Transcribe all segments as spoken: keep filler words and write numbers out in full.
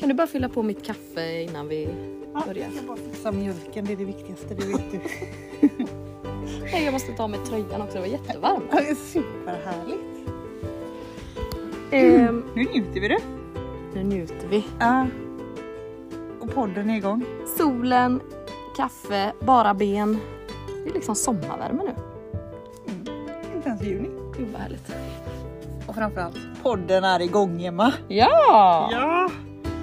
kan du bara fylla på mitt kaffe innan vi ja, börjar? Jag ska bara fixa mjölken, det är det viktigaste, det vet du. Nej, jag måste ta med tröjan också, det var jättevarmt. Ja, det är superhärligt. Mm. Nu njuter vi det. Nu njuter vi. Ja. Och podden är igång. Solen, kaffe, bara ben. Det är liksom sommarvärme nu. Mm. Inte ens juni. Gud vad härligt. Och framförallt, podden är igång, Emma. Ja! Ja!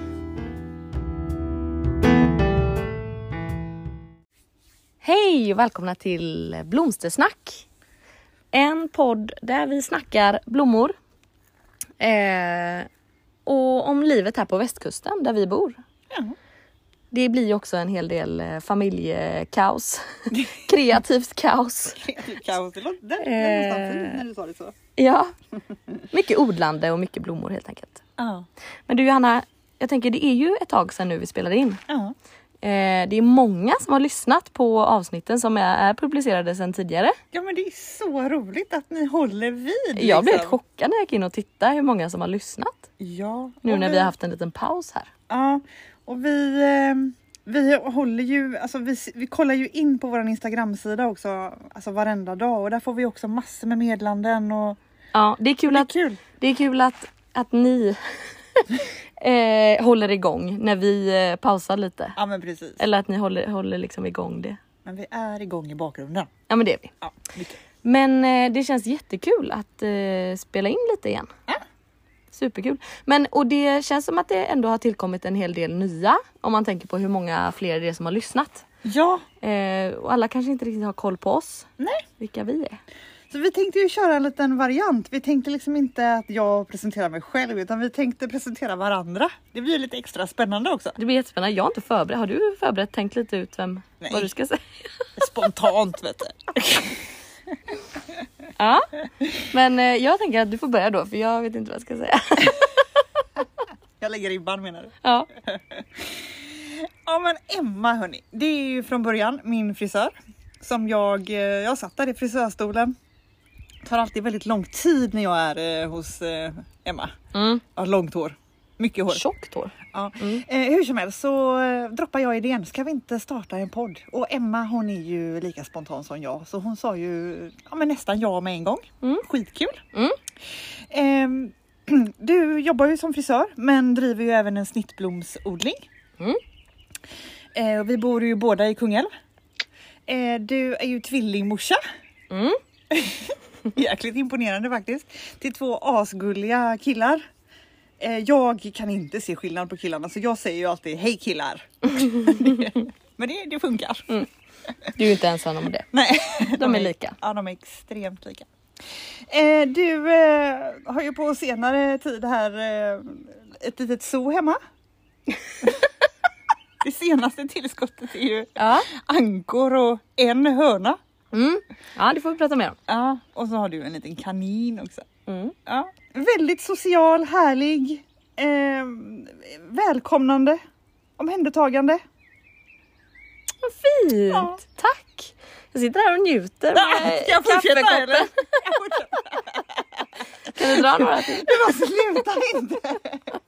Hej och välkomna till Blomstersnack. En podd där vi snackar blommor. Eh, och om livet här på västkusten där vi bor. Ja. Det blir ju också en hel del familjekaos. Kreativt kaos. Kreativt kaos, det låter det är nästan fint när du sa det så. Ja, mycket odlande och mycket blommor helt enkelt. Ja. Men du Johanna, jag tänker det är ju ett tag sedan nu vi spelade in. Ja. Eh, det är många som har lyssnat på avsnitten som är, är publicerade sedan tidigare. Ja, men det är så roligt att ni håller vid. Liksom. Jag blev helt chockad när jag gick in och tittade hur många som har lyssnat. Ja. Nu när vi... vi har haft en liten paus här. Ja, och vi, vi håller ju, alltså vi, vi kollar ju in på vår Instagram-sida också, alltså varenda dag. Och där får vi också massor med meddelanden. Och... Ja, det är kul, det är att, kul. Det är kul att, att ni eh, håller igång när vi eh, pausar lite. Ja, men precis. Eller att ni håller, håller liksom igång det. Men vi är igång i bakgrunden. Ja, men det är vi. Ja, mycket. Men eh, det känns jättekul att eh, spela in lite igen. Ja. Superkul. Men, och det känns som att det ändå har tillkommit en hel del nya. Om man tänker på hur många fler det är som har lyssnat. Ja. Eh, och alla kanske inte riktigt har koll på oss. Nej. Vilka vi är. Så vi tänkte ju köra en liten variant. Vi tänkte liksom inte att jag presenterar mig själv, utan vi tänkte presentera varandra. Det blir lite extra spännande också. Det blir jättespännande. Jag har inte förberett. Har du förberett? Tänkt lite ut vem, Nej. vad du ska säga? Spontant, vet du. Ja. Men eh, jag tänker att du får börja då. För jag vet inte vad jag ska säga. Jag lägger ribban, menar du? Ja. Ja, men Emma, hörni. Det är ju från början min frisör. Som jag, jag satt där i frisörstolen. Det tar alltid väldigt lång tid när jag är eh, hos eh, Emma. Mm. Jag har långt hår. Mycket hår. Tjockt hår. Ja. Mm. Eh, hur som helst så eh, droppar jag idén. Ska vi inte starta en podd? Och Emma, hon är ju lika spontan som jag. Så hon sa ju ja, men nästan ja med en gång. Mm. Skitkul. Mm. Eh, du jobbar ju som frisör, men driver ju även en snittblomsodling. Mm. Eh, och vi bor ju båda i Kungälv. Eh, du är ju tvillingmorsa. Mm. Jäkligt imponerande faktiskt. Till två asgulliga killar. Eh, jag kan inte se skillnad på killarna, så jag säger ju alltid hej killar. Men det, det funkar. Mm. Du är ju inte ensam om det. Nej, De är lika. Ja, de är extremt lika. Eh, du eh, har ju på senare tid här eh, ett litet zoo hemma. Det senaste tillskottet är ju Ja. ankor och en höna. Mm. Ja, det får vi prata mer om. Ja, och så har du en liten kanin också. Mm. Ja, väldigt social, härlig, eh, välkomnande, omhändertagande. Vad fint. Ja. Tack. Jag sitter här och njuter med Ska jag fortsätta, kaffekoppen. eller? Jag fortsätter. Kan du dra några till? Du måste sluta inte.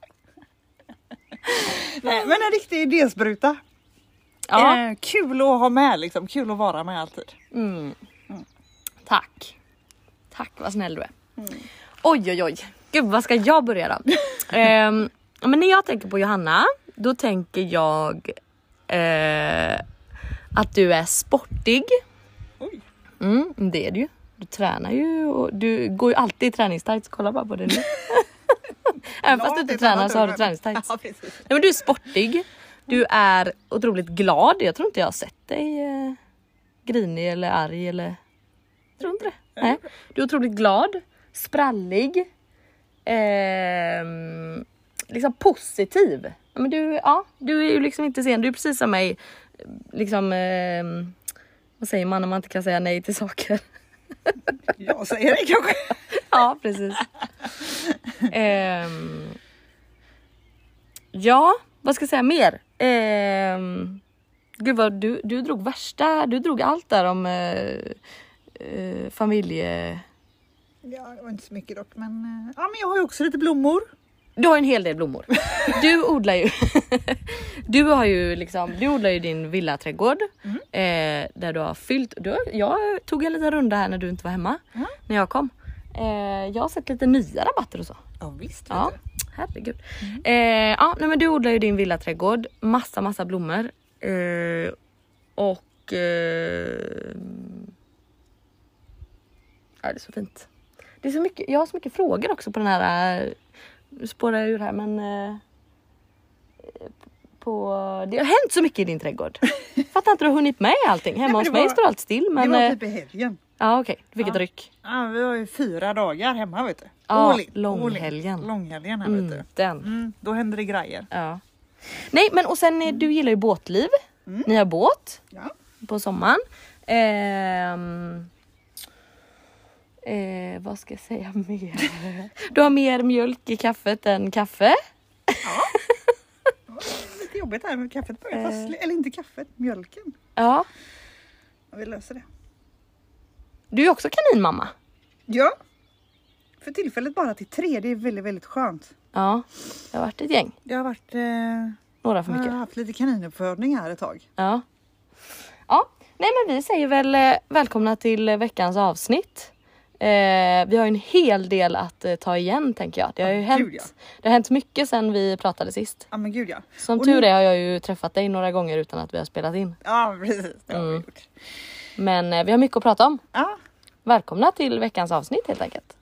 Nej, men en riktig idéspruta. Ja. Eh, kul att ha med liksom. Kul att vara med alltid. Mm. Mm. Tack. Tack, vad snäll du är. Mm. Oj, oj, oj. Gud, vad ska jag börja då? um, men när jag tänker på Johanna, då tänker jag uh, att du är sportig. Oj. Mm, det är du ju. Du tränar ju och du går ju alltid i träningstights. Kolla bara på det nu. Även fast du inte tränar så har du träningstights. Ja, precis. Nej, men du är sportig. Du är otroligt glad. Jag tror inte jag har sett dig eh, grinig eller arg eller... Jag tror inte det. Nej. Du är otroligt glad. Sprallig. Eh, liksom positiv. Men du, ja, du är ju liksom inte sen. Du är precis som mig. Liksom... Eh, vad säger man när man inte kan säga nej till saker? Jag säger det kanske. Ja, precis. um, ja, vad ska jag säga mer? Um, gud vad du, du drog värsta, du drog allt där om uh, uh, familje... Ja, det var inte så mycket dock, men, ja, men jag har ju också lite blommor. Du har en hel del blommor. Du odlar ju Du har ju liksom Du odlar ju din villaträdgård mm. eh, där du har fyllt du har, Jag tog en liten runda här när du inte var hemma mm. när jag kom. eh, Jag har sett lite nya rabatter och så. Ja visst. Ja, herregud. mm. eh, Ja, nej, men du odlar ju din villaträdgård. Massa, massa blommor. eh, Och eh, ja, det är så fint. Det är så mycket, jag har så mycket frågor också på den här. Nu spårar jag ur här, men eh, på, det har hänt så mycket i din trädgård. Fattar inte du har hunnit med allting. Hemma Nej, hos mig var, står allt still. Men, det var typ i helgen. Ja okej, okay. Du fick ja. ett ryck. Ja, vi har ju fyra dagar hemma vet du. Ja, långhelgen. Långhelgen här mm, vet du. Den. Mm, då händer det grejer. Ja. Nej men och sen mm. du gillar ju båtliv. Mm. Ni har båt ja. på sommaren. Ehm... Eh, vad ska jag säga mer? Du har mer mjölk i kaffet än kaffe. Ja. Det är lite jobbigt här med kaffet. Eh. Fast, eller inte kaffet, mjölken. Ja. Jag vill lösa det. Du är också kaninmamma. Ja. För tillfället bara till tre. Det är väldigt, väldigt skönt. Ja, det har varit ett gäng. Det har varit... Eh, Några för mycket. Jag har haft lite kaninuppfödning här ett tag. Ja. Ja, nej men vi säger väl eh, välkomna till veckans avsnitt. Eh, vi har en hel del att eh, ta igen tänker jag. Det har ju oh, hänt, gud, ja. det har hänt mycket sedan vi pratade sist. Ja men gud ja. Som och tur nu... är har jag ju träffat dig några gånger utan att vi har spelat in. Ja precis, det har mm. vi gjort. Men eh, vi har mycket att prata om. Ja. Välkomna till veckans avsnitt helt enkelt.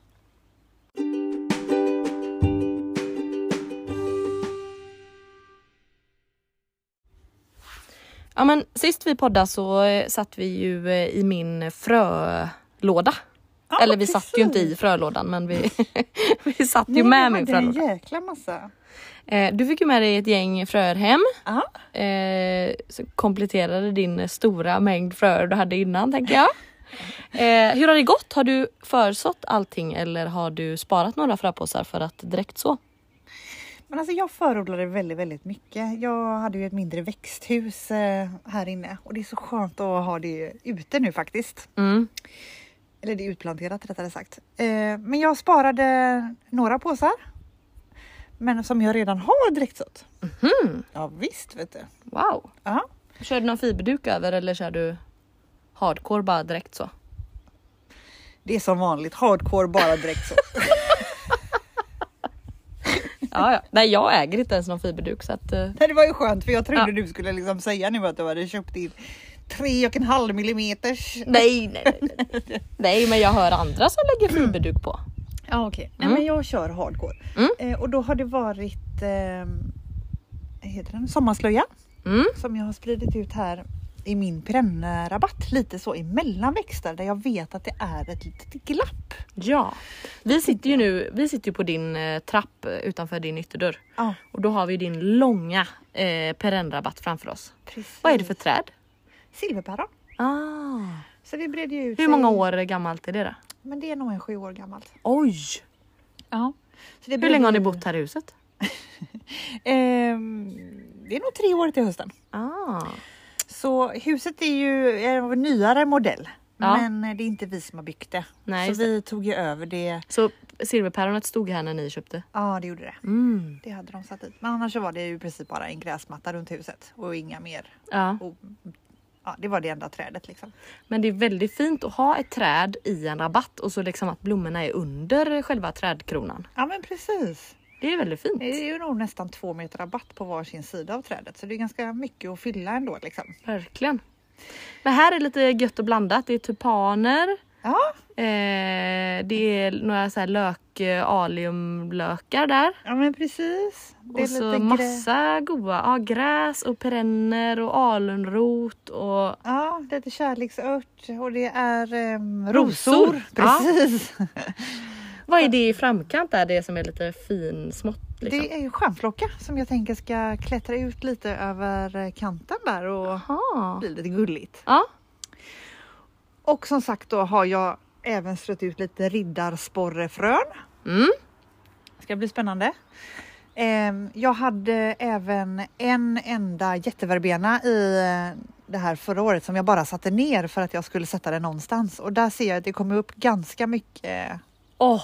Ja men sist vi poddade så eh, satt vi ju eh, i min frölåda. Ja, eller vi precis. Satt ju inte i frölådan men vi, vi satt Nej, ju med min frölåda. En jäkla massa. Eh, du fick ju med dig ett gäng fröer hem. Ja. Eh, så kompletterade din stora mängd fröer du hade innan tänker jag. Eh, hur har det gått? Har du försått allting eller har du sparat några fröpåsar för att direkt så? Men alltså jag förodlade väldigt, väldigt mycket. Jag hade ju ett mindre växthus eh, här inne och det är så skönt att ha det ute nu faktiskt. Mm. Eller det är utplanterat rättare sagt. Eh, men jag sparade några påsar. Men som jag redan har direktsått. Mm-hmm. Ja visst vet du. Wow. Ja. Kör du någon fiberduk över eller kör du hardcore bara direkt så? Det är som vanligt. Hardcore bara direkt så. Ja, ja. Nej, jag äger inte ens någon fiberduk så att... Uh... Nej, det var ju skönt för jag trodde ja. du skulle liksom säga nu att du hade köpt in tre och en halv millimeters. Nej, nej, nej. Nej, men jag hör andra som lägger fiberduk på. Ja, okej. Okay. Mm. Men jag kör hardcore. Mm. Eh, och då har det varit eh, heter den? Sommarslöja. Mm. Som jag har spridit ut här i min perennrabatt. Lite så emellan växter där jag vet att det är ett litet glapp. Ja, vi sitter ju nu vi sitter ju på din eh, trapp utanför din ytterdörr. Ja. Och då har vi din långa eh, perennrabatt framför oss. Precis. Vad är det för träd? Silverpäron. Ah. Så det bred ju ut Hur sig. många år gammalt är det då? Men det är nog en sju år gammalt. Oj! Ja. Så det Hur länge har ni bott här i huset? ehm, det är nog tre år till hösten. Ah. Så huset är ju en nyare modell. Ja. Men det är inte vi som har byggt det. Nej, så vi tog ju över det. Så silverpäronet stod här när ni köpte? Ja, det gjorde det. Mm. Det hade de satt dit. Men annars så var det ju precis bara en gräsmatta runt huset. Och inga mer. Ja. Och, ja, det var det enda trädet liksom. Men det är väldigt fint att ha ett träd i en rabatt. Och så liksom att blommorna är under själva trädkronan. Ja, men precis. Det är väldigt fint. Det är ju nog nästan två meter rabatt på varsin sida av trädet. Så det är ganska mycket att fylla ändå liksom. Verkligen. Men här är lite gött och blandat. Det är tulipaner. Ja. Eh, det är några så här lök, aliumlökar där. Ja men precis. Det är och så lite massa grä... goda. Ja, gräs och perenner och alunrot. Och... Ja, lite kärleksört. Och det är um, rosor. rosor. Precis. Ja. Vad är det i framkant där? Det som är lite fin smått liksom? Det är ju stjärnflocka som jag tänker ska klättra ut lite över kanten där och Aha. bli lite gulligt. Ja. Och som sagt då har jag även strött ut lite riddarsporrefrön. Mm. Det ska bli spännande. Jag hade även en enda jätteverbena i det här förra året som jag bara satte ner för att jag skulle sätta den någonstans. Och där ser jag att det kommer upp ganska mycket Åh, oh,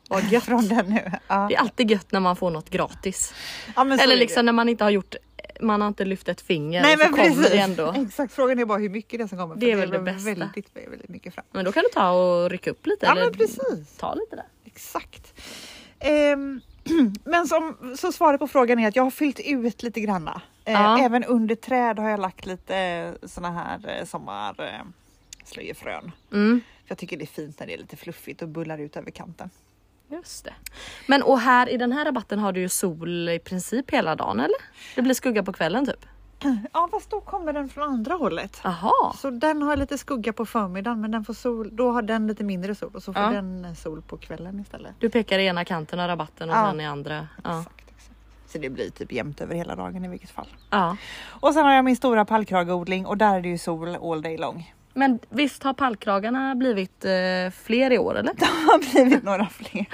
vad gött. Från den nu. Ja. Det är alltid gött när man får något gratis. Ja, men så Eller är liksom det. när man inte har gjort, man har inte lyft ett finger. Nej, och så men kommer precis. det ändå. Exakt, frågan är bara hur mycket det som kommer. Det är för väl det blir bästa. Väldigt, väldigt mycket fram. Men då kan du ta och rycka upp lite. Ja, eller men precis. ta lite där. Exakt. Ehm, men som, så svaret på frågan är att jag har fyllt ut lite granna. Eh, Ja. Även under träd har jag lagt lite såna här eh, sommar eh, slöjefrön. Mm. Jag tycker det är fint när det är lite fluffigt och bullar ut över kanten. Just det. Men och här i den här rabatten har du ju sol i princip hela dagen, eller? Det blir skugga på kvällen typ. Ja, fast då kommer den från andra hållet. Aha. Så den har lite skugga på förmiddagen, men den får sol, då har den lite mindre sol och så får Ja. den sol på kvällen istället. Du pekar i ena kanten av rabatten och Ja. sen i andra. Ja. Exakt, exakt. Så det blir typ jämnt över hela dagen i vilket fall. Ja. Och sen har jag min stora pallkrageodling och där är det ju sol all day long. Men visst har pallkragarna blivit eh, fler i år, eller? Det har blivit några fler.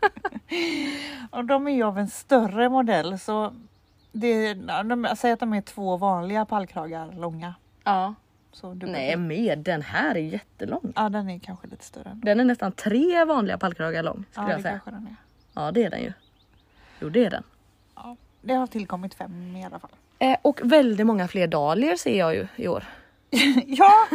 Och de är ju av en större modell, så det, de säger att de är två vanliga pallkragar långa. Ja. Så du Nej, mer. Den här är jättelång. Ja, den är kanske lite större. Ändå. Den är nästan tre vanliga pallkragar lång, skulle Ja, jag det säga. kanske den är. Ja, det är den ju. Jo, det är den. Ja, det har tillkommit fem i alla fall. Eh, och väldigt många fler dahlior ser jag ju i år. Ja,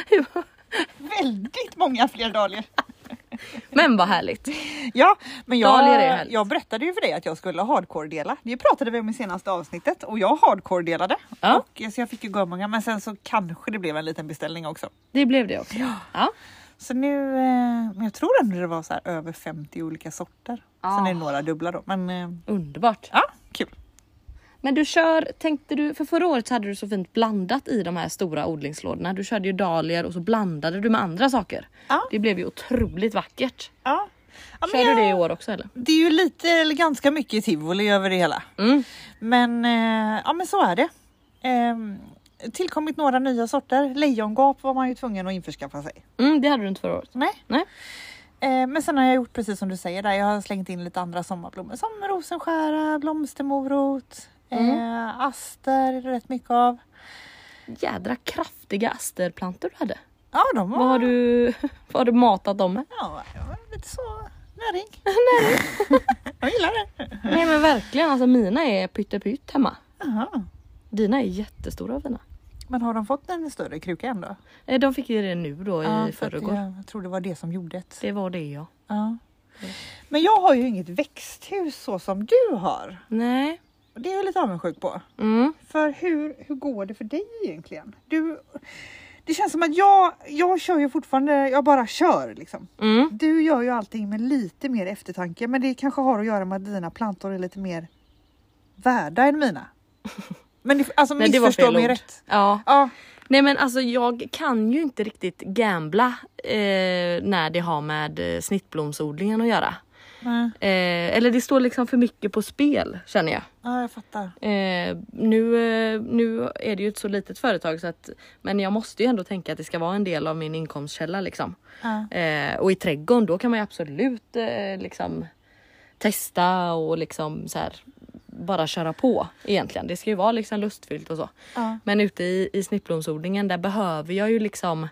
väldigt många fler dahlior. Men vad härligt. Ja, men Dahlior är jag, härligt. jag berättade ju för dig att jag skulle hardcore-dela. Det pratade vi om i senaste avsnittet och jag hardcore-delade. Ja. Och, så jag fick ju gå många, men sen så kanske det blev en liten beställning också. Det blev det också. Ja. Så nu, eh, men jag tror ändå det var så här över femtio olika sorter. Ah. Sen är det några dubbla då, men eh, Underbart. ja, kul. Men du kör, tänkte du, för förra året så hade du så fint blandat i de här stora odlingslådorna. Du körde ju dahlior och så blandade du med andra saker. Ja. Det blev ju otroligt vackert. Ja. Ja, men Kör du jag- det i år också eller? Det är ju lite, eller ganska mycket tivoli över det hela. Mm. Men, eh, ja men så är det. Eh, tillkommit några nya sorter. Lejongap var man ju tvungen att införskaffa sig. Mm, det hade du inte förra året. Nej. Nej. Eh, men sen har jag gjort precis som du säger där. Jag har slängt in lite andra sommarblommor som rosenskära, blomstermorot, eh, aster, rätt mycket av. Jädra kraftiga asterplantor du hade. Ja, de var, Vad har du, vad har du matat dem med? Ja, det var lite så näring. Jag gillar det. Nej men verkligen, alltså mina är pyttepytt hemma. Aha. Dina är jättestora och fina. Men har de fått en större kruka ändå? Eh, De fick ju det nu då Ja, i för att förrgår. Jag tror det var det som gjorde det. Det var det ja. Ja. Men jag har ju inget växthus så som du har. Nej. Och det är jag lite avundsjuk på. Mm. För hur, hur går det för dig egentligen? Du, det känns som att jag, jag kör ju fortfarande, jag bara kör liksom. Mm. Du gör ju allting med lite mer eftertanke. Men det kanske har att göra med att dina plantor är lite mer värda än mina. Men det, alltså Nej, det var missförstå fel mig ord. rätt. Ja. Ja, Nej men alltså jag kan ju inte riktigt gambla eh, när det har med eh, snittblomsodlingen att göra. nej. Eh, eller det står liksom för mycket på spel känner jag. Ja, jag fattar. Eh, nu, eh, nu är det ju ett så litet företag så att, men jag måste ju ändå tänka att det ska vara en del av min inkomstkälla liksom. Ja. Eh, och i trädgården då kan man ju absolut eh, liksom testa och liksom så här bara köra på egentligen. Det ska ju vara liksom lustfyllt och så. Ja. Men ute i, i snittblomsodlingen där behöver jag ju liksom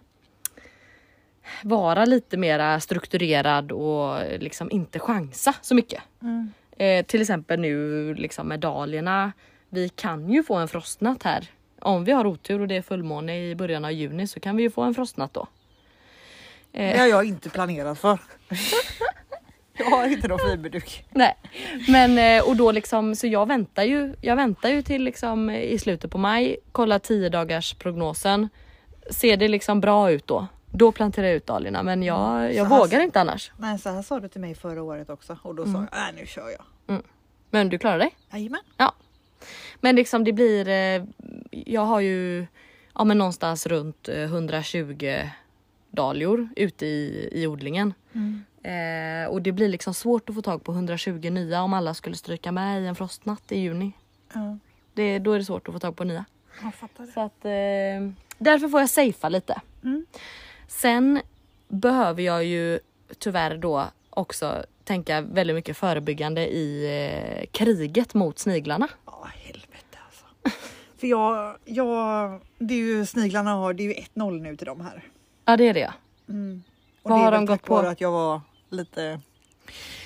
vara lite mera strukturerad och liksom inte chansa så mycket. Mm. Eh, till exempel nu liksom med dahliorna. Vi kan ju få en frostnatt här. Om vi har otur och det är fullmåne i början av juni så kan vi ju få en frostnatt då. Det har jag inte planerat för. Jag har inte någon fiberduk. Nej, men eh, och då liksom så jag väntar ju. Jag väntar ju till liksom i slutet på maj. Kolla tio dagars prognosen. Ser det liksom bra ut då? Då planterar jag ut dahliorna. Men jag, jag Så här- vågar inte annars. Nej, så här sa du till mig förra året också. Och då sa jag, nej nu kör jag. Men du klarar dig? Jajamän. Ja. Men liksom det blir. Eh, jag har ju ja, men någonstans runt eh, hundratjugo dahlior ute i, i odlingen. Mm. Eh, och det blir liksom svårt att få tag på hundratjugo nya om alla skulle stryka med i en frostnatt i juni. Ja, Det, då är det svårt att få tag på nya. jag fattar det. Så att, eh, därför får jag safea lite. Mm. Sen behöver jag ju tyvärr då också tänka väldigt mycket förebyggande i eh, kriget mot sniglarna. Ja, helvete alltså. För jag, jag, det är ju sniglarna har, det är ju ett noll nu till dem här. Ja, det är det. Mm. Och Vad det är har väl de tack gått på? vare att jag var lite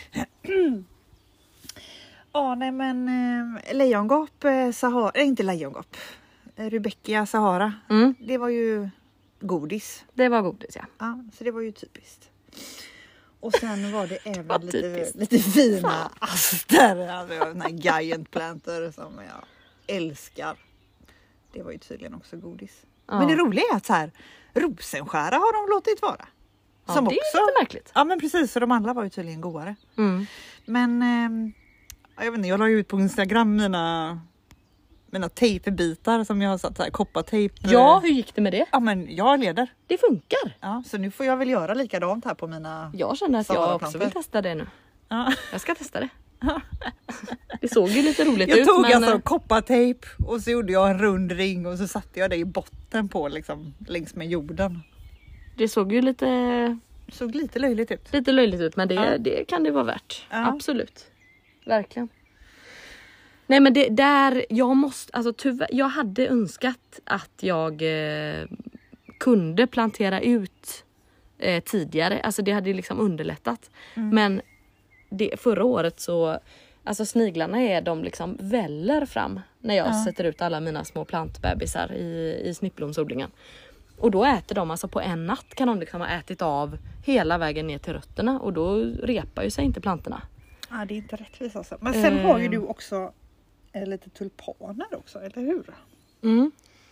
Ja, nej men eh, lejongap, eh, Sahara, eh, inte lejongap. Eh, Rudbeckia Sahara. Mm. Det var ju godis. Det var godis, ja. Ja, så det var ju typiskt. Och sen var det även Vad lite, typiskt. lite fina aster. Alltså, den här giant planter som jag älskar. Det var ju tydligen också godis. Ja. Men det roliga är att så här, rosenskära har de låtit vara. Ja, Som det är också, lite märkligt. ja men precis, så de andra var ju tydligen godare. Mm. Men eh, jag vet inte, jag la ju ut på Instagram mina, mina tejpbitar som jag har satt så här, koppartejp. Ja, hur gick det med det? Ja men jag leder. Det funkar. Ja, så nu får jag väl göra likadant här på mina. Jag känner att jag Saharaplantor. också vill testa det nu. Ja. Jag ska testa det. Det såg ju lite roligt Jag ut. tog men... alltså koppartejp och så gjorde jag en rund ring och så satte jag det i botten på liksom längs med jorden. Det såg ju lite, Det såg lite löjligt ut. lite löjligt ut, men det, Ja. det kan det vara värt. Ja. Absolut. Verkligen. Nej men det där, jag måste, alltså tyvärr, jag hade önskat att jag eh, kunde plantera ut eh, tidigare. Alltså det hade ju liksom underlättat. Mm. Men det, förra året så, alltså sniglarna är de liksom väller fram när jag Ja. sätter ut alla mina små plantbebisar i, i snittblomsodlingen. Och då äter de, alltså på en natt kan de liksom ha ätit av hela vägen ner till rötterna och då repar ju sig inte plantorna. Ja, det är inte rättvist alltså. Men sen Eh. har ju du också eh, lite tulpaner också, eller hur? Mm.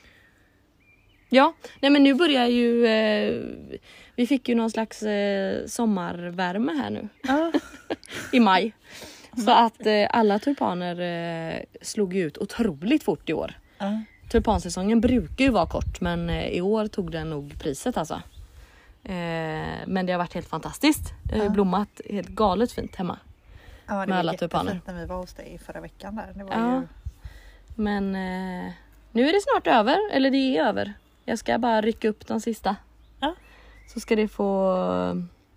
Ja, nej men nu börjar ju, eh, vi fick ju någon slags eh, sommarvärme här nu Ja. i maj. Så att eh, alla tulpaner eh, slog ju ut otroligt fort i år. Ja. Tulpansäsongen brukar ju vara kort, men eh, i år tog den nog priset alltså. Eh, men det har varit helt fantastiskt. Det har ju Ja. blommat helt galet fint hemma. Ja, det Med var alla jättefint tulpaner. när vi var hos dig förra veckan där. Det var Ja. ju... Men eh, nu är det snart över, eller det är över. Jag ska bara rycka upp de sista. Ja. Så ska det få eh,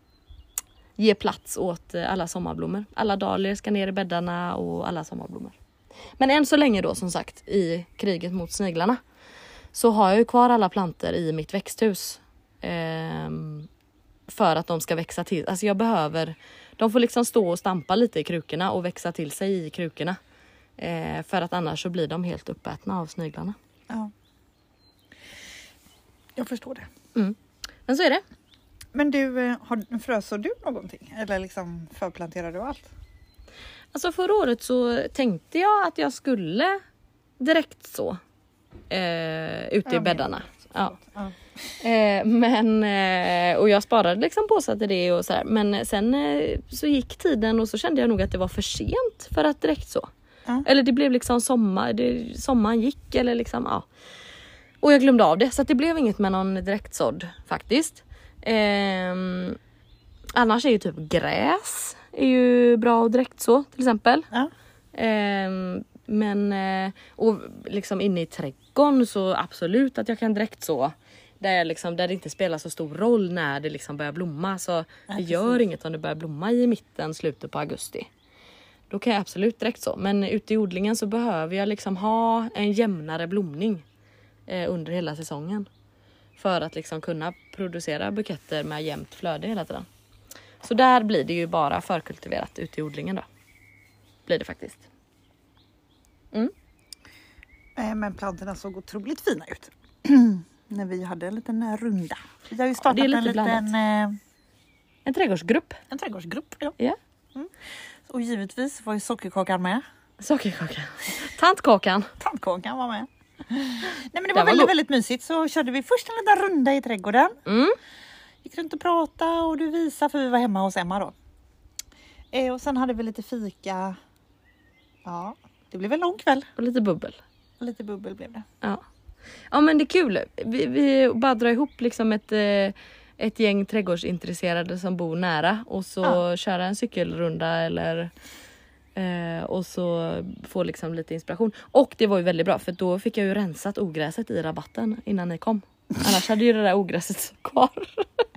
ge plats åt eh, alla sommarblommor. Alla dahlior ska ner i bäddarna och alla sommarblommor. Men än så länge då, som sagt, i kriget mot sniglarna, så har jag ju kvar alla planter i mitt växthus. Ehm, för att de ska växa till. Alltså jag behöver, de får liksom stå och stampa lite i krukorna och växa till sig i krukorna. Eh, för att annars så blir de helt uppätna av sniglarna. Ja. Jag förstår det. Mm. Men så är det. Men du, eh, har, frösår du någonting? Eller liksom förplanterar du allt? Alltså förra året så tänkte jag att jag skulle direkt så. Eh, ute i Ja, bäddarna. Ja. Ja. Eh, men, eh, och jag sparade liksom påsar till det och sådär. Men sen eh, så gick tiden och så kände jag nog att det var för sent för att direkt så. Ja. Eller det blev liksom sommar, det, sommaren gick eller liksom, ja. Och jag glömde av det, så att det blev inget med någon direktsådd faktiskt. Ehm, annars är ju typ gräs är ju bra och direkt så till exempel. Ja. Ehm, men, eh, och liksom inne i trädgården så absolut att jag kan direkt så. Där, jag liksom, där det inte spelar så stor roll när det liksom börjar blomma. Så det gör precis. inget om det börjar blomma i mitten, slutet på augusti. Då kan jag absolut direkt så. Men ute i odlingen så behöver jag liksom ha en jämnare blomning eh, under hela säsongen. För att liksom kunna producera buketter med jämnt flöde hela tiden. Så där blir det ju bara förkultiverat ute i odlingen då. Blir det faktiskt. Mm. Eh, Men plantorna såg otroligt fina ut. När vi hade en liten eh, runda. Vi har ju startat det är lite en liten eh, En trädgårdsgrupp. en trädgårdsgrupp. Ja. Ja. Och givetvis var ju sockerkakan med. Sockerkakan. Tantkakan. Tandkakan var med. Nej men det Den var var väldigt, god. väldigt mysigt. Så körde vi först en liten runda i trädgården. Mm. Gick runt och pratade och du visade, för vi var hemma hos Emma då. Eh, och sen hade vi lite fika. Ja, det blev en lång kväll. Och lite bubbel. Lite bubbel blev det. Ja. Ja men det är kul. Vi, vi bara drar ihop liksom ett, eh, ett gäng trädgårdsintresserade som bor nära. Och så Ja. köra en cykelrunda eller... Eh, och så få liksom lite inspiration. Och det var ju väldigt bra för då fick jag ju rensat ogräset i rabatten innan ni kom. Annars hade ju det där ogräset stått kvar.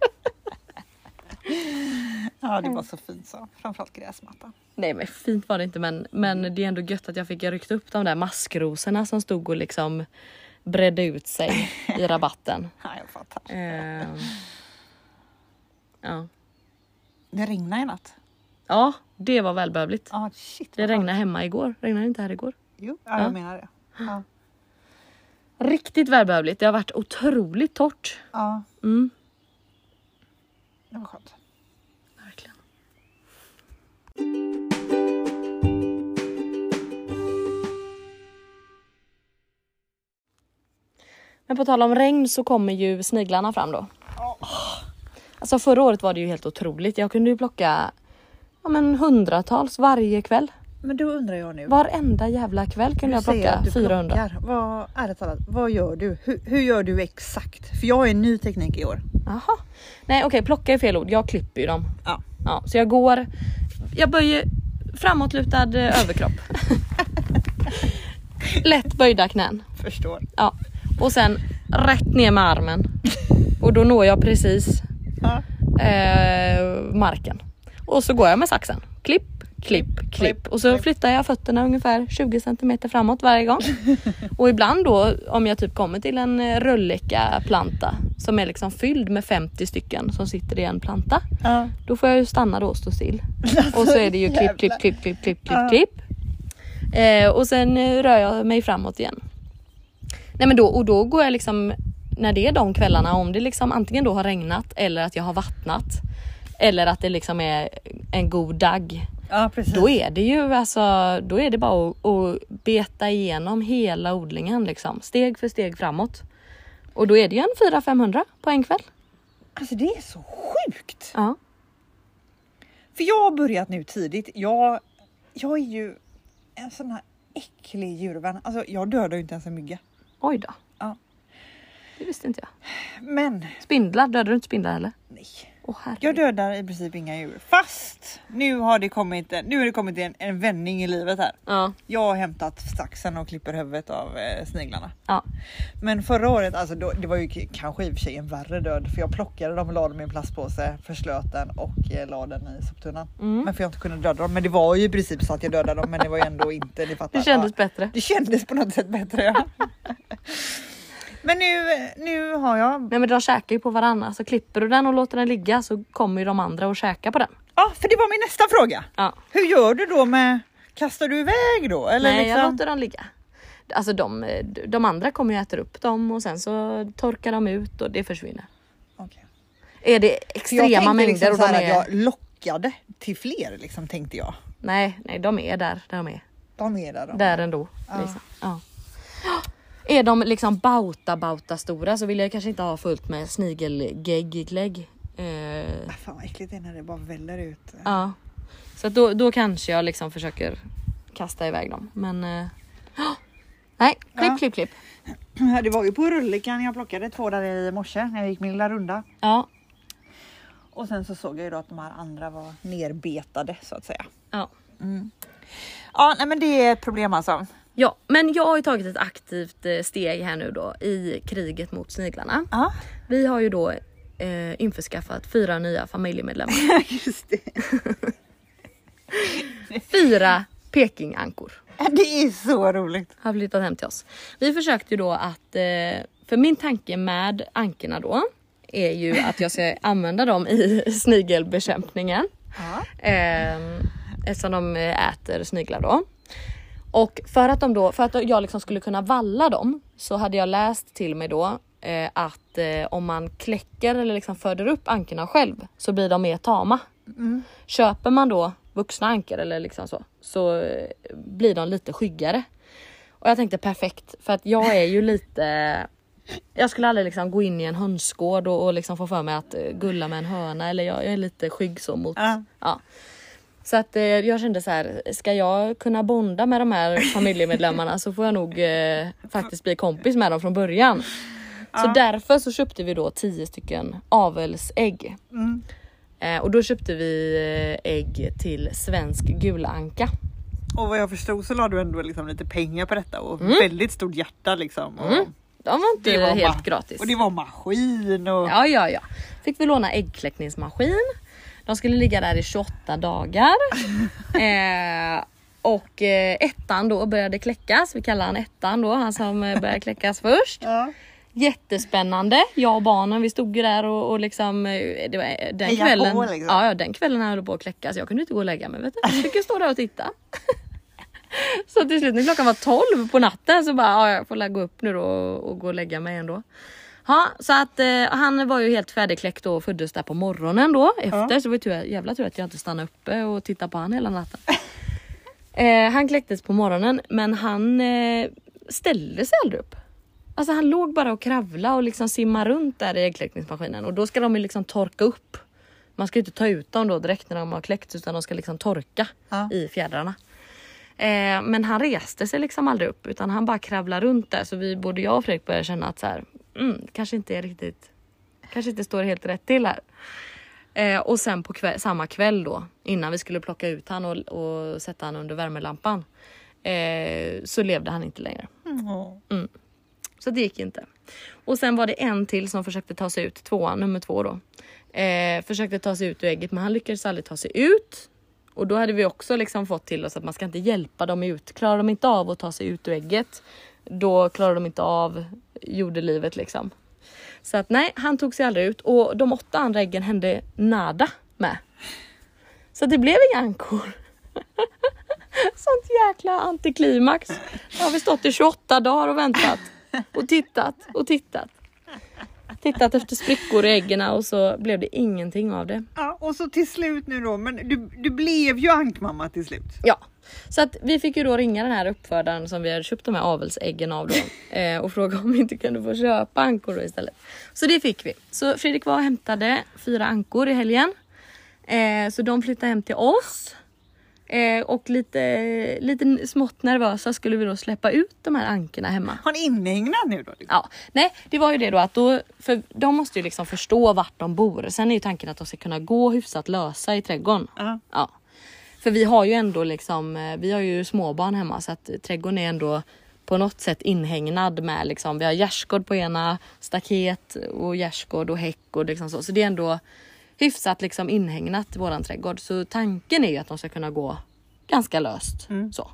Ja, det var så fint så. Framförallt gräsmattan. Nej men fint var det inte, men, men det är ändå gött att jag fick ryckt upp de där maskrosorna som stod och liksom bredde ut sig i rabatten. Ja, jag fattar. Eh, ja. Det regnade i natt. Ja, Det var välbehövligt. Ah, shit, Det regnade hemma igår. Regnade inte här igår? Jo, ja, jag menar det. Ja. Riktigt välbehövligt. Det har varit otroligt torrt. Ja, Mm, det var skönt. verkligen. Men på tal om regn så kommer ju sniglarna fram då. Alltså förra året var det ju helt otroligt. Jag kunde ju plocka ja, men hundratals varje kväll. Men då undrar jag nu. Varenda jävla kväll kunde jag Du säger plocka att du fyrahundra. plockar. Vad, ärligt talat, vad gör du? Hur, hur gör du exakt? För jag har en ny teknik i år. Jaha. Nej okej, plocka är fel ord. Jag klipper ju dem. Ja. Ja, så jag går, jag böjer framåtlutad eh, överkropp. Lätt böjda knän. Förstår. Ja. Och sen rätt ner med armen. Och då når jag precis Ja. eh, marken. Och så går jag med saxen. Klipp, klipp, klipp. Och så flyttar jag fötterna ungefär tjugo centimeter framåt varje gång. Och ibland då, om jag typ kommer till en rölleka planta som är liksom fylld med femtio stycken som sitter i en planta. Ja. Då får jag ju stanna då och stå still. Och så är det ju klipp, klipp, klipp, klipp, klipp, klipp, Ja. klipp. Eh, och sen eh, rör jag mig framåt igen. Nej men då, och då går jag liksom, när det är de kvällarna, om det liksom antingen då har regnat eller att jag har vattnat eller att det liksom är en god dag. Ja, precis. Då är det ju alltså, då är det bara att, att beta igenom hela odlingen liksom, steg för steg framåt. Och då är det ju en fyra till femhundra på en kväll. Alltså det är så sjukt. Ja. För jag har börjat nu tidigt. Jag, jag är ju en sån här äcklig djurvän. Alltså jag dödar ju inte ens en mygga. Oj då. Ja. Det visste inte jag. Men Spindlar, dödar du inte spindlar heller? nej. Åh herregud. Jag dödar i princip inga djur. Fast nu har det kommit en, nu har det kommit en, en vändning i livet här. Ja. Jag har hämtat saxen och klipper huvudet av eh, sniglarna. Ja. Men förra året, alltså då, det var ju k- kanske i och för sig en värre död. För jag plockade dem och la dem i en plastpåse, förslöt den och eh, la den i soptunnan. Mm. Men för jag inte kunde döda dem. Men det var ju i princip så att jag dödade dem. Men det var ju ändå inte, ni fattar. Det kändes Ja, bättre. det kändes på något sätt bättre, ja. Men nu, nu har jag... Nej men de käkar ju på varandra. Så klipper du den och låter den ligga så kommer ju de andra och käka på den. Ja, för det var min nästa fråga. Ja. Hur gör du då med... Kastar du iväg då? Eller Nej liksom... jag låter dem ligga. Alltså de, de andra kommer ju äta upp dem och sen så torkar de ut och det försvinner. Okej. Är det För jag extrema tänkte mängder liksom och så de här är... att jag lockade till fler liksom, tänkte jag. Nej, nej de är där, där de är. De är där. De. Där ändå. Ja. Liksom. Ja. Är de liksom bauta bauta stora så vill jag kanske inte ha fullt med snigelgegglägg. Eh, Ah, fan vad äckligt det är när det bara väller ut. ja. Så att då, då kanske jag liksom försöker kasta iväg dem. Men eh, nej, klipp, Ja. klipp, klipp. Det var ju på rullikan jag plockade två där i morse när jag gick min lilla runda. Ja, Och sen så såg jag ju då att de här andra var nerbetade så att säga. ja. Ja, nej men det är ett problem alltså. Ja, men jag har ju tagit ett aktivt eh, steg här nu då i kriget mot sniglarna. Ja, Vi har ju då eh, införskaffat fyra nya familjemedlemmar. just det. Fyra pekingankor Det är så roligt. har flyttat hem till oss. Vi försökte ju då att, eh, för min tanke med ankorna då är ju att jag ska använda dem i snigelbekämpningen. Ja. Eh, eftersom de äter sniglar då. Och för att, de då, för att jag liksom skulle kunna valla dem så hade jag läst till mig då eh, att eh, om man kläcker eller liksom föder upp ankorna själv så blir de mer tama. Mm. Köper man då vuxna ankor eller liksom så, så eh, blir de lite skyggare. Och jag tänkte perfekt, för att jag är ju lite... Jag skulle aldrig liksom gå in i en hönsgård och, och liksom få för mig att eh, gulla med en höna. Eller jag, jag är lite skygg så mot... Ja. Ja. Så att eh, jag kände så här, ska jag kunna bonda med de här familjemedlemmarna så får jag nog eh, faktiskt bli kompis med dem från början. Så Ja. därför så köpte vi då tio stycken avelsägg. Mm. Eh, och då köpte vi eh, ägg till svensk gulanka. Och vad jag förstod så la du ändå liksom lite pengar på detta och väldigt stort hjärta liksom. Och, Mm. De var inte Det var helt ma- gratis. och det var maskin och... Ja, ja, ja. Fick vi låna äggkläckningsmaskin. De skulle ligga där i tjugoåtta dagar. eh, och eh, ettan då började kläckas. Vi kallar han ettan då, han som eh, började kläckas först. Ja. jättespännande. Jag och barnen, vi stod ju där och, och liksom det var, den Heja kvällen. på, liksom. Ja, ja, den kvällen höll på att kläcka så jag kunde inte gå och lägga mig, vet du. Jag fick ju stå där och titta. Så till slut när klockan var tolv på natten så bara ja, jag får la gå upp nu då och, och gå och lägga mig ändå. Ja, så att eh, han var ju helt färdigkläckt och föddes där på morgonen då efter ja. Så var det tur, jävla tur att jag inte stannade uppe och tittade på han hela natten. eh, han kläcktes på morgonen men han eh, ställde sig aldrig upp. Alltså han låg bara och kravla och liksom simma runt där i äggkläckningsmaskinen och då ska de ju liksom torka upp. Man ska ju inte ta ut dem då direkt när de har kläckts utan de ska liksom torka ja. I fjädrarna. Eh, men han reste sig liksom aldrig upp utan han bara kravlar runt där så vi, både jag och Fredrik började känna att så här, mm, kanske inte är riktigt, kanske inte står helt rätt till här. Eh, och sen på kväll, samma kväll då innan vi skulle plocka ut han och, och sätta han under värmelampan eh, så levde han inte längre. Mm. Så det gick inte. Och sen var det en till som försökte ta sig ut, tvåan, nummer två då. Eh, försökte ta sig ut ur ägget men han lyckades aldrig ta sig ut. Och då hade vi också liksom fått till oss att man ska inte hjälpa dem ut. Klarar de inte av att ta sig ut ur ägget, då klarar de inte av jordelivet liksom. Så att nej, han tog sig aldrig ut. Och de åtta andra äggen hände nada med. Så det blev inga ankor. Sånt jäkla antiklimax. Nu har vi stått i tjugoåtta dagar och väntat. Och tittat och tittat. Tittat efter sprickor i äggen och så blev det ingenting av det. Ja, och så till slut nu då, men du, du blev ju ankmamma till slut. Ja, så att vi fick ju då ringa den här uppfödaren som vi hade köpt de här avelsäggen av då. eh, och fråga om vi inte kunde få köpa ankor då istället. Så det fick vi. Så Fredrik var och hämtade fyra ankor i helgen. Eh, så de flyttade hem till oss. Eh, och lite, lite smått nervösa skulle vi då släppa ut de här ankorna hemma. Har ni inhägnat nu då? Ja, nej det var ju det då att då, för de måste ju liksom förstå vart de bor. Sen är ju tanken att de ska kunna gå hyfsat lösa i trädgården. Uh-huh. Ja. För vi har ju ändå liksom, vi har ju småbarn hemma så att trädgården är ändå på något sätt inhägnad med liksom, vi har gärdsgård på ena, staket och gärdsgård och häck och liksom så. Så det är ändå hyfsat liksom inhägnat i våran trädgård. Så tanken är ju att de ska kunna gå ganska löst. Mm. Så.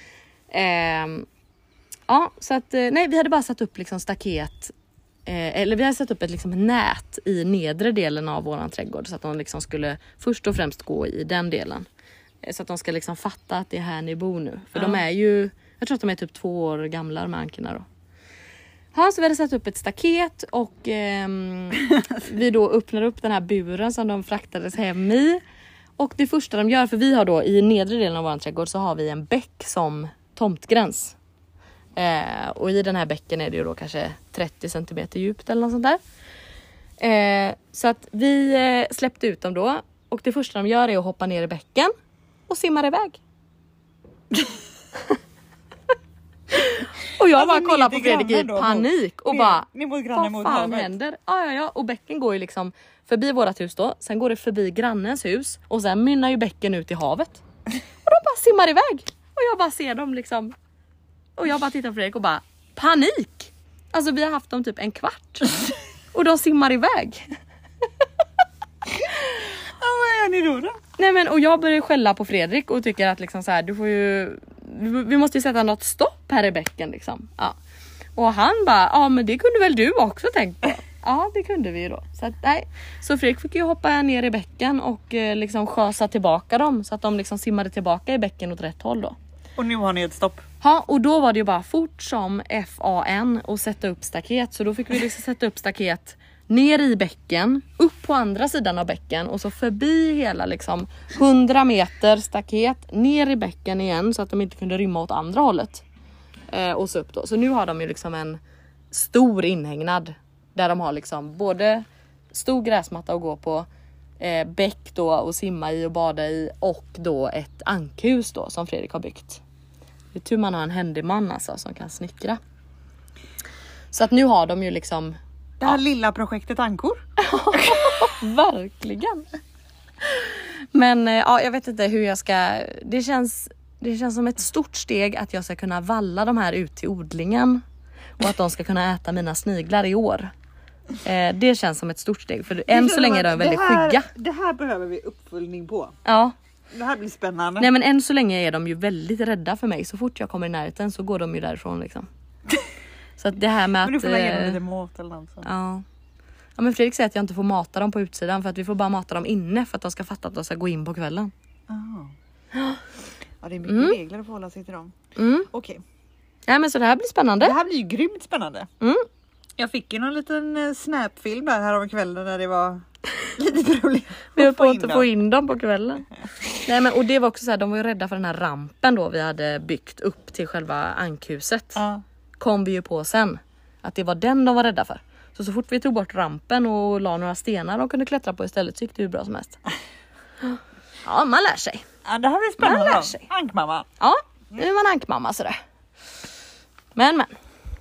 Ehm, ja, så att nej, vi hade bara satt upp liksom staket. Eh, eller vi hade satt upp ett liksom nät i nedre delen av våran trädgård. Så att de liksom skulle först och främst gå i den delen. Så att de ska liksom fatta att det är här ni bor nu. För mm. de är ju, jag tror att de är typ två år gamla med ankorna då. Ja, så vi hade satt upp ett staket och eh, vi då öppnade upp den här buren som de fraktades hem i. Och det första de gör, för vi har då i nedre delen av vår trädgård så har vi en bäck som tomtgräns. Eh, och i den här bäcken är det ju då kanske trettio centimeter djupt eller något sånt där. Eh, så att vi eh, släppte ut dem då och det första de gör är att hoppa ner i bäcken och simmar iväg. Och jag alltså, bara kollar på Fredrik i panik och ner, bara, ner vad mot fan händer? Ja, ja, ja. Och bäcken går ju liksom förbi vårat hus då. Sen går det förbi grannens hus. Och sen mynnar ju bäcken ut i havet. Och de bara simmar iväg. Och jag bara ser dem liksom. Och jag bara tittar på Fredrik och bara, panik! Alltså vi har haft dem typ en kvart. Och de simmar iväg. Ja, vad är ni då då? Nej men, och jag börjar skälla på Fredrik och tycker att liksom så här, du får ju, vi måste ju sätta något stopp här i bäcken liksom. Ja. Och han bara, ja men det kunde väl du också tänkt på. Ja, det kunde vi ju då. Så att, nej. Så Fredrik fick ju hoppa ner i bäcken och eh, liksom skösa tillbaka dem så att de liksom simmade tillbaka i bäcken åt rätt håll då. Och nu har ni ett stopp. Ja, och då var det ju bara fort som F A N och sätta upp staket. Så då fick vi liksom sätta upp staket ner i bäcken, upp på andra sidan av bäcken och så förbi hela liksom hundra meter staket ner i bäcken igen så att de inte kunde rymma åt andra hållet. Eh, och så upp då. Så nu har de ju liksom en stor inhägnad där de har liksom både stor gräsmatta att gå på, eh, bäck då och simma i och bada i och då ett ankhus då som Fredrik har byggt. Det är tur man har en händig alltså som kan snickra. Så att nu har de ju liksom det här ja. lilla projektet ankor. Verkligen. Men ja, jag vet inte hur jag ska. Det känns, det känns som ett stort steg att jag ska kunna valla de här ut till odlingen. Och att de ska kunna äta mina sniglar i år. Eh, det känns som ett stort steg. För än så länge är de väldigt här, skygga. Det här behöver vi uppföljning på. Ja. Det här blir spännande. Nej men än så länge är de ju väldigt rädda för mig. Så fort jag kommer i närheten så går de ju därifrån liksom. Så att det här med Men du att... får lägga eh, dem lite mat eller något sånt. Ja. Ja, men Fredrik säger att jag inte får mata dem på utsidan för att vi får bara mata dem inne för att de ska fatta att de ska gå in på kvällen. Aha. Ja, det är mycket Mm. regler att förhålla sig till dem. Mm. Okej, Ja, men så det här blir det spännande. här blir ju grymt spännande. Mm. Jag fick ju någon liten eh, snapfilm där här om kvällen där det var lite problem Vi höll att på få att in inte dem. få in dem på kvällen. Nej, men och det var också så här, de var ju rädda för den här rampen då vi hade byggt upp till själva ankhuset. Ja. Kom vi ju på sen att det var den de var rädda för. Så så fort vi tog bort rampen och la några stenar de kunde klättra på istället så gick det hur bra som helst. Ja, man lär sig. Ja, det här blir Man spännande. lär då. sig. Ankmamma. Ja, nu är man ankmamma sådär. Men men.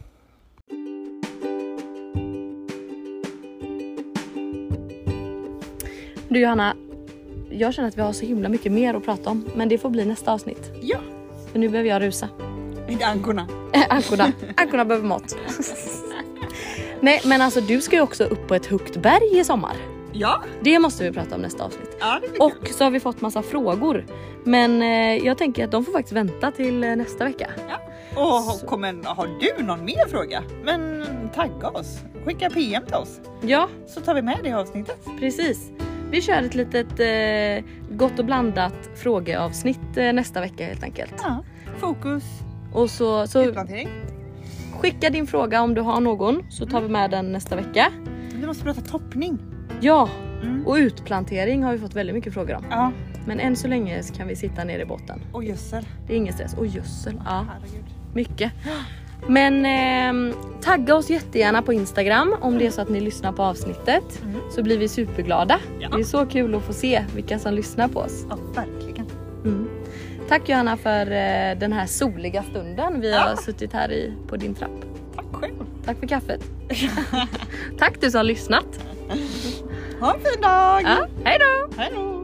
Du Johanna, jag känner att vi har så himla mycket mer att prata om. Men det får bli nästa avsnitt. Ja, För nu behöver jag rusa. inte ankorna. Ankorna, ankorna behöver mat. Nej, men alltså du ska ju också upp på ett högt berg i sommar. Ja, Det måste vi prata om nästa avsnitt. ja det blir kul. Och så har vi fått massa frågor. Men eh, jag tänker att de får faktiskt vänta till eh, nästa vecka. Ja. Och kom en, har du någon mer fråga? Men tagga oss. Skicka P M till oss. Ja, Så tar vi med det i avsnittet. precis. Vi kör ett litet eh, gott och blandat frågeavsnitt eh, nästa vecka helt enkelt. Ja. Fokus. Och så, så Utplantering. skicka din fråga om du har någon så tar vi med den nästa vecka. Du måste prata toppning. Ja, Mm. och utplantering har vi fått väldigt mycket frågor om. Ja, Men än så länge kan vi sitta ner i båten. och gödsel. Det är ingen stress. Och gödsel, ja. Herregud. Mycket. Men eh, tagga oss jättegärna på Instagram om det är så att ni lyssnar på avsnittet. Mm. Så blir vi superglada. Ja. Det är så kul att få se vilka som lyssnar på oss. Ja, verkligen. Mm. Tack Johanna för eh, den här soliga stunden vi Ja. har suttit här i, på din trapp. Tack själv. Tack för kaffet. Tack du som har lyssnat. Ha en fin dag. Ja, hej då! Hej då.